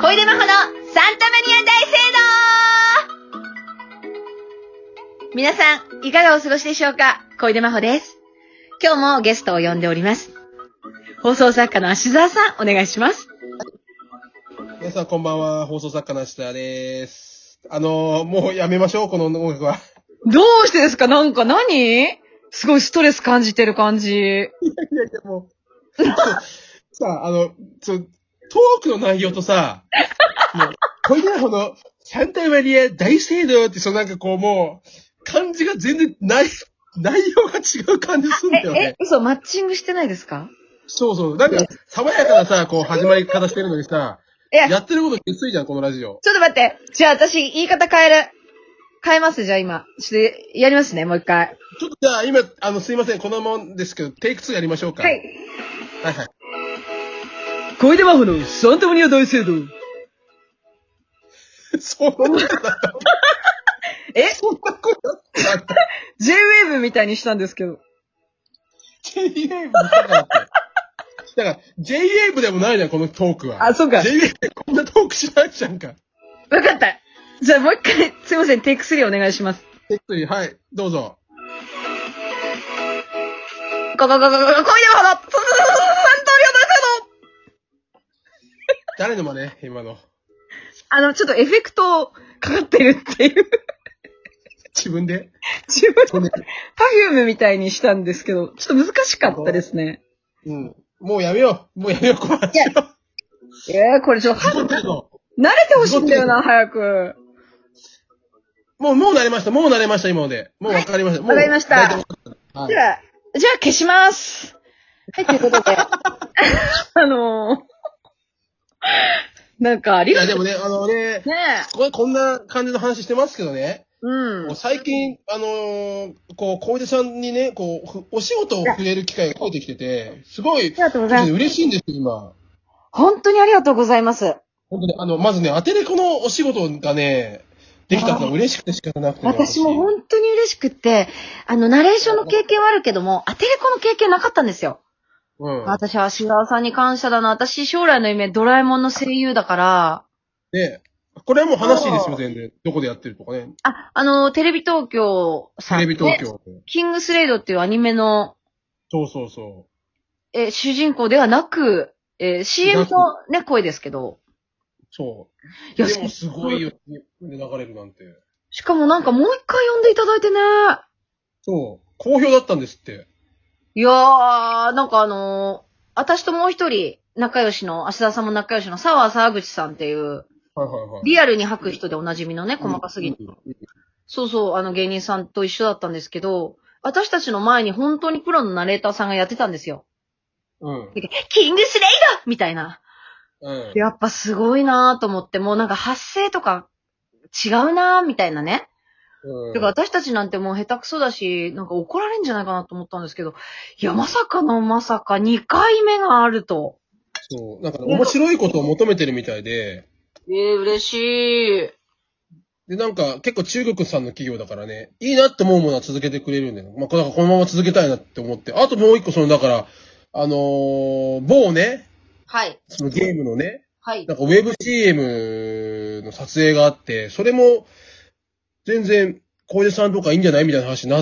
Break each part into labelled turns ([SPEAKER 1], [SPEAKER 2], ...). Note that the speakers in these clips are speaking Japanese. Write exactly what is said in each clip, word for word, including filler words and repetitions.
[SPEAKER 1] 小出真帆のサンタマニア大聖堂。皆さん、いかがお過ごしでしょうか？小出真帆です。今日もゲストを呼んでおります。放送作家の芦沢さん、お願いします。
[SPEAKER 2] 皆さんこんばんは、放送作家の芦沢です。あのー、もうやめましょう、この音楽は。
[SPEAKER 1] どうしてですか？なんか何？すごいストレス感じてる感じ。いやいやい
[SPEAKER 2] や、もう。さあ、あの、ちょ、トークの内容とさ、もう、これでこの、サンタマリア大聖堂って、そのなんかこうもう、感じが全然ない、内容が違う感じするんだよね。
[SPEAKER 1] え、え、嘘、マッチングしてないですか？
[SPEAKER 2] そうそう。なんか、爽やかなさ、こう、始まり方してるのにさ、やってることきついじゃん、このラジオ。
[SPEAKER 1] ちょっと待って。じゃあ私、言い方変える。変えます、じゃあ今。ちょっと、やりますね、もう一回。
[SPEAKER 2] ちょっとじゃあ今、あの、すいません、このままですけど、テイクツーやりましょうか。
[SPEAKER 1] はい。
[SPEAKER 2] はいはい。
[SPEAKER 1] 小出真帆のサンタマニア大聖堂。
[SPEAKER 2] そんなことだった。
[SPEAKER 1] え
[SPEAKER 2] そんなことだった。
[SPEAKER 1] ジェイウェーブ みたいにしたんですけど。
[SPEAKER 2] ジェイウェーブ だからって。だから、ジェイウェーブ でもないじゃん、このトークは。
[SPEAKER 1] あ、そうか。
[SPEAKER 2] ジェイウェーブ でこんなトークしないじゃんか。
[SPEAKER 1] わかった。じゃあもう一回、すいません、テイクスリーお願いします。
[SPEAKER 2] テイクスリー、はい、どうぞ。
[SPEAKER 1] ここここここ、小出真帆のサンタマニア大聖堂。
[SPEAKER 2] 誰の真似今の。
[SPEAKER 1] あの、ちょっとエフェクトかかってるっていう。
[SPEAKER 2] 自分で
[SPEAKER 1] 自分で、パフュームみたいにしたんですけど、ちょっと難しかったですね。
[SPEAKER 2] うん。もうやめよう。もうやめよう、この話を。
[SPEAKER 1] えー、これちょっと、慣れてほしいんだよな、早く。
[SPEAKER 2] もう、もう慣れました。もう慣れました、今ので。もうわかりました。
[SPEAKER 1] わかりました。
[SPEAKER 2] はい、
[SPEAKER 1] じゃあ、じゃあ消します。はい、ということで。あのー、なんかありがとう。
[SPEAKER 2] いや、でもね、あのね、ねこれこんな感じの話してますけどね。うん。もう最近、あのー、こう、小出さんにね、こう、お仕事を触れる機会が増えてきてて、すごい、ありがとうございます。嬉しいんですよ、今。
[SPEAKER 1] 本当にありがとうございます。
[SPEAKER 2] 本当に、あの、まずね、アテレコのお仕事がね、できたのは嬉しくて仕方なくて、
[SPEAKER 1] ね。私も本当に嬉しくって、あの、ナレーションの経験はあるけども、アテレコの経験なかったんですよ。うん。私は芦沢さんに感謝だな。私、将来の夢、ドラえもんの声優だから。
[SPEAKER 2] ねこれはもう話いいですよ、全然。どこでやってるとかね。
[SPEAKER 1] あ、あの、テレビ東京さん。
[SPEAKER 2] テレビ東京。
[SPEAKER 1] キングスレイドっていうアニメの。
[SPEAKER 2] そうそうそう。
[SPEAKER 1] え、主人公ではなく、えー、シーエム のね、声ですけど。
[SPEAKER 2] そう。いや、でもすごいよ、流れるなんて。
[SPEAKER 1] しかもなんかもう一回呼んでいただいてね。
[SPEAKER 2] そう。好評だったんですって。
[SPEAKER 1] いやー、なんかあのー、私ともう一人、仲良しの、芦田さんも仲良しの沢沢口さんっていう、はいはいはい、リアルに吐く人でおなじみのね、細かすぎて、うんうんうん。そうそう、あの芸人さんと一緒だったんですけど、私たちの前に本当にプロのナレーターさんがやってたんですよ。うん。キングスレイドみたいな。うん。やっぱすごいなーと思って、もうなんか発声とか違うなーみたいなね。うん。てか私たちなんてもう下手くそだし、なんか怒られんじゃないかなと思ったんですけど、いや、まさかのまさかにかいめがあると。
[SPEAKER 2] そう。なんか、ね、面白いことを求めてるみたいで。
[SPEAKER 1] ええー、嬉しい。
[SPEAKER 2] で、なんか、結構中国産の企業だからね、いいなって思うものは続けてくれるんだよ。まあ、なんかこのまま続けたいなって思って。あともう一個、その、だから、あのー、某ね。
[SPEAKER 1] はい。
[SPEAKER 2] そのゲームのね。
[SPEAKER 1] はい。
[SPEAKER 2] なんかウェブ シーエム の撮影があって、それも、全然、小出さんとかいいんじゃないみたいな話になって。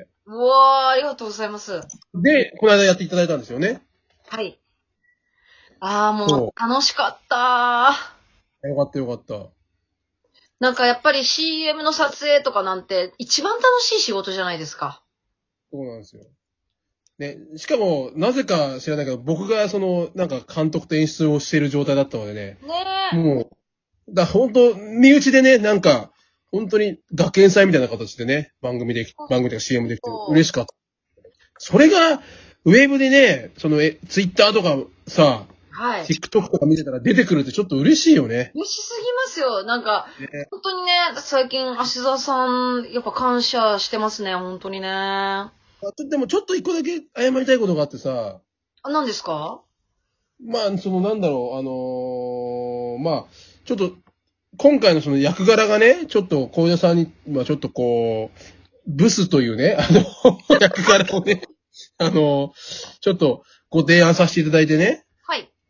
[SPEAKER 1] うわー、ありがとうございます。
[SPEAKER 2] で、この間やっていただいたんですよね。
[SPEAKER 1] はい。あー、もう、楽しかった
[SPEAKER 2] ー。よかったよかった。
[SPEAKER 1] なんかやっぱり シーエム の撮影とかなんて一番楽しい仕事じゃないですか。
[SPEAKER 2] そうなんですよ。ね、しかも、なぜか知らないけど、僕がその、なんか監督と演出をしている状態だったのでね。ねえ。もう、だ本当身内でね、なんか、本当に学園祭みたいな形でね、番組で、番組とか シーエム できて嬉しかった。それが、ウェブでね、その、え、ツイッターとかさ、はい。TikTok とか見てたら出てくるってちょっと嬉しいよね。
[SPEAKER 1] 嬉しすぎますよ。なんか、ね、本当にね、最近、芦沢さん、やっぱ感謝してますね、本当にね。あ
[SPEAKER 2] でもちょっと一個だけ謝りたいことがあってさ。
[SPEAKER 1] あ、何ですか？
[SPEAKER 2] まあ、そのなんだろう、あのー、まあ、ちょっと、今回のその役柄がね、ちょっと小出さんに、まあちょっとこう、ブスというね、あの、役柄をね、あの、ちょっとご提案させていただいてね。
[SPEAKER 1] はい。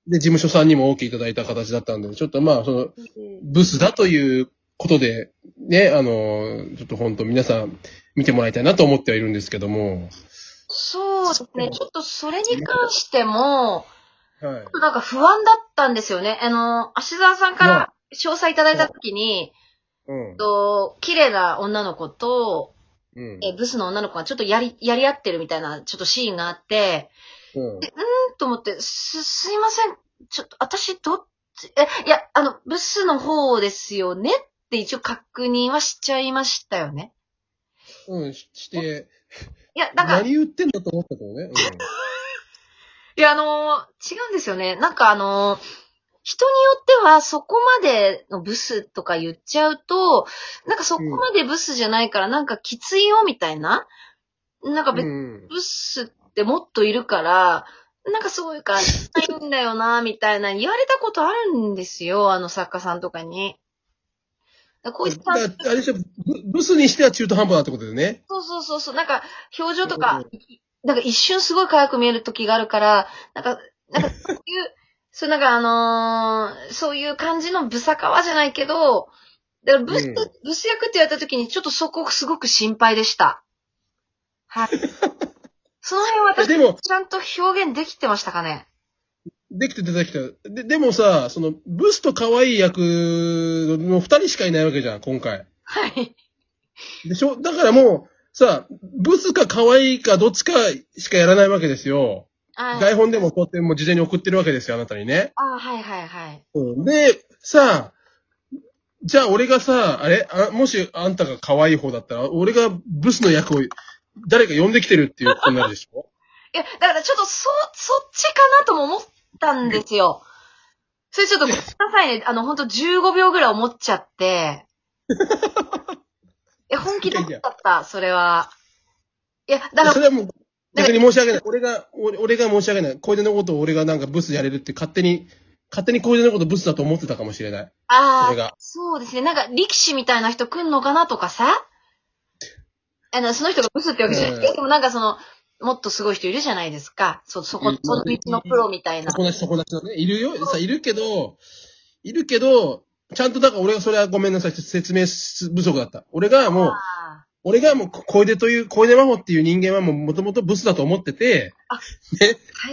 [SPEAKER 2] で、事務所さんにも OK いただいた形だったんで、ちょっとまあ、その、ブスだということで、ね、あの、ちょっと本当皆さん見てもらいたいなと思ってはいるんですけども。
[SPEAKER 1] そうですね。ちょっとそれに関しても、
[SPEAKER 2] はい。
[SPEAKER 1] なんか不安だったんですよね。あの、芦沢さんから詳細いただいたときに、うん、と、綺麗な女の子と、うん、えブスの女の子がちょっとやり、やり合ってるみたいな、ちょっとシーンがあって、うん、でうーんと思って、す、すいません。ちょっと、私、どっち、え、いや、あの、ブスの方ですよねって一応確認はしちゃいましたよね。
[SPEAKER 2] うん、し、して、
[SPEAKER 1] いや、なんか。
[SPEAKER 2] 何言ってんだと思ったけどね。うん、
[SPEAKER 1] いや、あのー、違うんですよね。なんかあのー、人によってはそこまでのブスとか言っちゃうと、なんかそこまでブスじゃないからなんかきついよみたいな。なんか別にブスってもっといるから、なんかそういう感じないんだよな、みたいな言われたことあるんですよ、あの作家さんとかに。
[SPEAKER 2] こいつさん。あれでしょ、ブスにしては中途半端だってことだよね。
[SPEAKER 1] そうそうそうそう。なんか表情とか、なんか一瞬すごい可愛く見える時があるから、なんか、なんかそういう、そうなんかあのー、そういう感じのブサカワじゃないけど、だからブス、うん、ブス役って言われた時にちょっとそこすごく心配でした。はい。その辺私、でもちゃんと表現できてましたかね？
[SPEAKER 2] できててできてで、でもさ、その、ブスと可愛い役の二人しかいないわけじゃん、今回。
[SPEAKER 1] はい。
[SPEAKER 2] でしょ？だからもう、さ、ブスか可愛いかどっちかしかやらないわけですよ。台本でもこうやってもう事前に送ってるわけですよ、あなたにね。
[SPEAKER 1] ああ、はいはいはい。
[SPEAKER 2] うん、で、さ、じゃあ俺がさ、あれあもしあんたが可愛い方だったら、俺がブスの役を誰か呼んできてるっていうことになるでしょ？
[SPEAKER 1] いや、だからちょっとそ、そっちかなとも思ったんですよ。それちょっとごめんなさいね。あの、ほんとじゅうごびょうぐらい思っちゃって。いや、本気だった、それは。いや、だから。
[SPEAKER 2] それはもう、逆に申し訳ない。俺が、俺が申し訳ない。小出のことを俺がなんかブスやれるって勝手に、勝手に小出のことブスだと思ってたかもしれない。
[SPEAKER 1] ああ、そうですね。なんか力士みたいな人来んのかなとかさ。あの、その人がブスってわけじゃない。うん、でもなんかその、もっとすごい人いるじゃないですか。そ、そこ、その道のプロみたいな。
[SPEAKER 2] そこなし、そこなしのね。いるよ。さ、いるけど、いるけど、ちゃんとだから俺がそれはごめんなさい。説明不足だった。俺がもう、俺がもう、小出という、小出真帆っていう人間はもう元々ブスだと思ってて、
[SPEAKER 1] あ、ね。はい。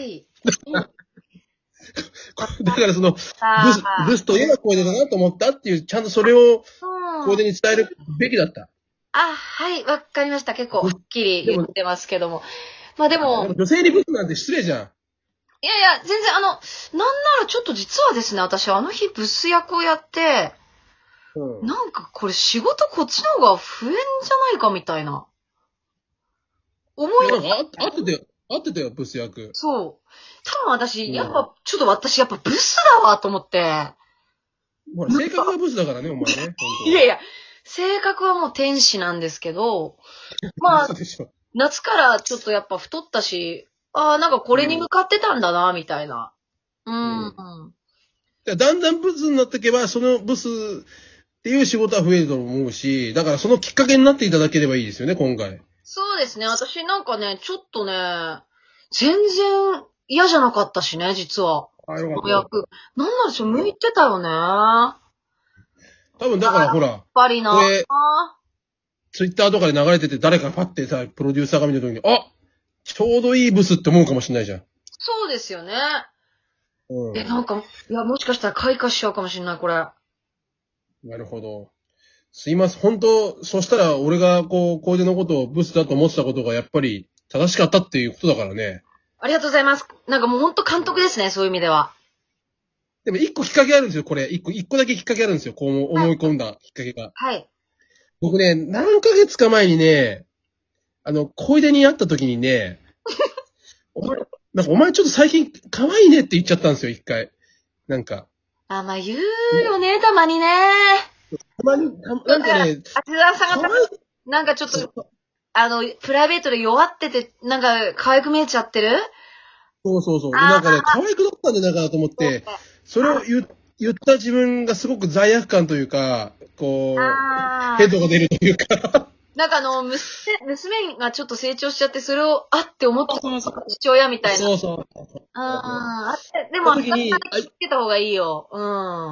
[SPEAKER 2] だからその、ブス、ブスといえば小出だなと思ったっていう、ちゃんとそれを小出に伝えるべきだった。
[SPEAKER 1] あ、はい、わかりました。結構はっきり言ってますけども。まあでも。
[SPEAKER 2] でも女性にブスなんて失礼じゃん。
[SPEAKER 1] いやいや、全然あの、なんならちょっと実はですね、私あの日ブス役をやって、うん、なんかこれ仕事こっちの方が増えんじゃないかみたいな。思い
[SPEAKER 2] なんかあ、あってたよ。あってたよ、ブス役。
[SPEAKER 1] そう。多分私、やっぱ、うん、ちょっと私やっぱブスだわと思って。
[SPEAKER 2] ほら、性格がブスだからね、お前ね。
[SPEAKER 1] いやいや、性格はもう天使なんですけど、まあ、夏からちょっとやっぱ太ったし、ああ、なんかこれに向かってたんだな、みたいな。うん。うん、
[SPEAKER 2] だんだんブスになっていけば、そのブスっていう仕事は増えると思うし、だからそのきっかけになっていただければいいですよね、今回。
[SPEAKER 1] そうですね。私なんかね、ちょっとね、全然嫌じゃなかったしね、実は。
[SPEAKER 2] あ、よかった。
[SPEAKER 1] 役。なんなんでしょう、向いてたよね。
[SPEAKER 2] 多分だからほら。やっ
[SPEAKER 1] ぱりな。
[SPEAKER 2] これ、ツイッターとかで流れてて誰かパッてさ、プロデューサーが見たときに、あちょうどいいブスって思うかもしれないじゃん。
[SPEAKER 1] そうですよね。
[SPEAKER 2] うん。
[SPEAKER 1] え、なんか、いや、もしかしたら開花しちゃうかもしれない、これ。
[SPEAKER 2] なるほど。すいません。本当、そしたら俺がこう、小出のことをブスだと思ってたことがやっぱり正しかったっていうことだからね。
[SPEAKER 1] ありがとうございます。なんかもう本当監督ですね、そういう意味では。
[SPEAKER 2] でも一個きっかけあるんですよ、これ。一個、一個だけきっかけあるんですよ。こう思い込んだきっかけが。
[SPEAKER 1] はい。
[SPEAKER 2] 僕ね、何ヶ月か前にね、あの、小出に会った時にね、お前、なんかお前ちょっと最近可愛いねって言っちゃったんですよ、一回。なんか。
[SPEAKER 1] あ、まあ言うよね、たまにね。
[SPEAKER 2] たまに、なんかね、
[SPEAKER 1] あちらさんが、なんかちょっと、あの、プライベートで弱ってて、なんか可愛く見えちゃってる？
[SPEAKER 2] そうそうそう。なんかね、可愛くなったんじゃないかなと思って、それを言言った自分がすごく罪悪感というか、こう、ヘッドが出るというか。
[SPEAKER 1] なんかあの、娘、娘がちょっと成長しちゃって、それを、あって思ってた父親みたいな。
[SPEAKER 2] そうそう。
[SPEAKER 1] ああ、でも、あったかいつけた方がいいよ。うん。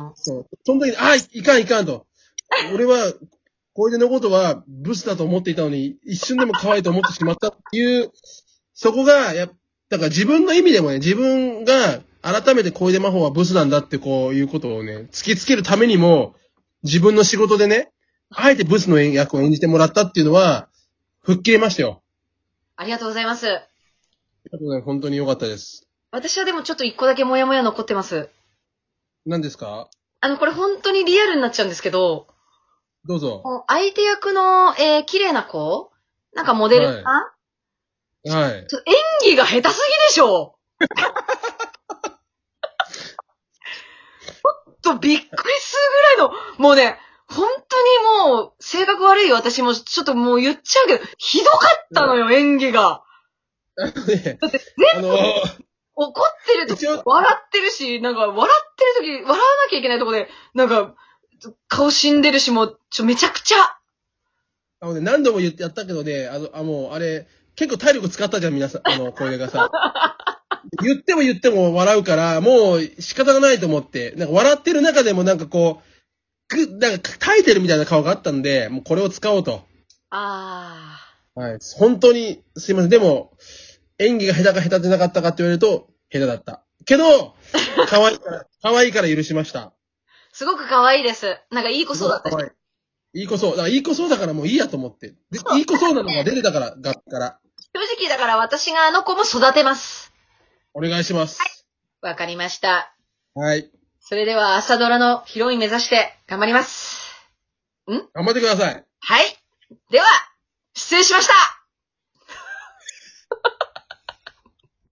[SPEAKER 2] そう。その時に、あ、いかんいかんと。俺は、小出のことはブスだと思っていたのに、一瞬でも可愛いと思ってしまったっていう、そこが、や、だから自分の意味でもね、自分が改めて小出真帆はブスなんだってこういうことをね、突きつけるためにも、自分の仕事でね、あえてブスの役を演じてもらったっていうのは、吹っ切れましたよ。
[SPEAKER 1] ありがとうございます。あり
[SPEAKER 2] がとうございます。本当に良かったです。
[SPEAKER 1] 私はでもちょっと一個だけモヤモヤ残ってます。
[SPEAKER 2] 何ですか？
[SPEAKER 1] あの、これ本当にリアルになっちゃうんですけど。
[SPEAKER 2] どうぞ。
[SPEAKER 1] 相手役の、えー、綺麗な子なんかモデルさん、はい。はい、演技が下手すぎでしょちょっとびっくりするぐらいの、もうね、本当にもう、性格悪いよ。私もちょっともう言っちゃうけど、ひどかったのよ、演技が。あのね、だって全部、あのー、怒ってる時笑ってるし、なんか笑ってる時、笑わなきゃいけないとこで、なんか、顔死んでるし、もう、ちょ、めちゃくちゃ。
[SPEAKER 2] あのね、何度も言ってやったけどね、あの、あ、もう、あれ、結構体力使ったじゃん、皆さん、あの、小出がさ。言っても言っても笑うから、もう仕方がないと思って、なんか笑ってる中でもなんかこう、ぐ、なんか耐えてるみたいな顔があったんで、もうこれを使おうと。ああ。はい。本当に、すいません。でも、演技が下手か下手でなかったかって言われると、下手だった。けど、可愛いから、可愛いから許しました。すごく可愛いです。なんかいい子そうだったし。いい子そう。だからいい子そうだからもういいやと思って。で、いい子そうなのが出てたから、学から。正直だから私があの子も育てます。お願いします。はい。わかりました。はい。それでは朝ドラのヒロイン目指して頑張ります。ん？頑張ってください。はい。では、失礼しました。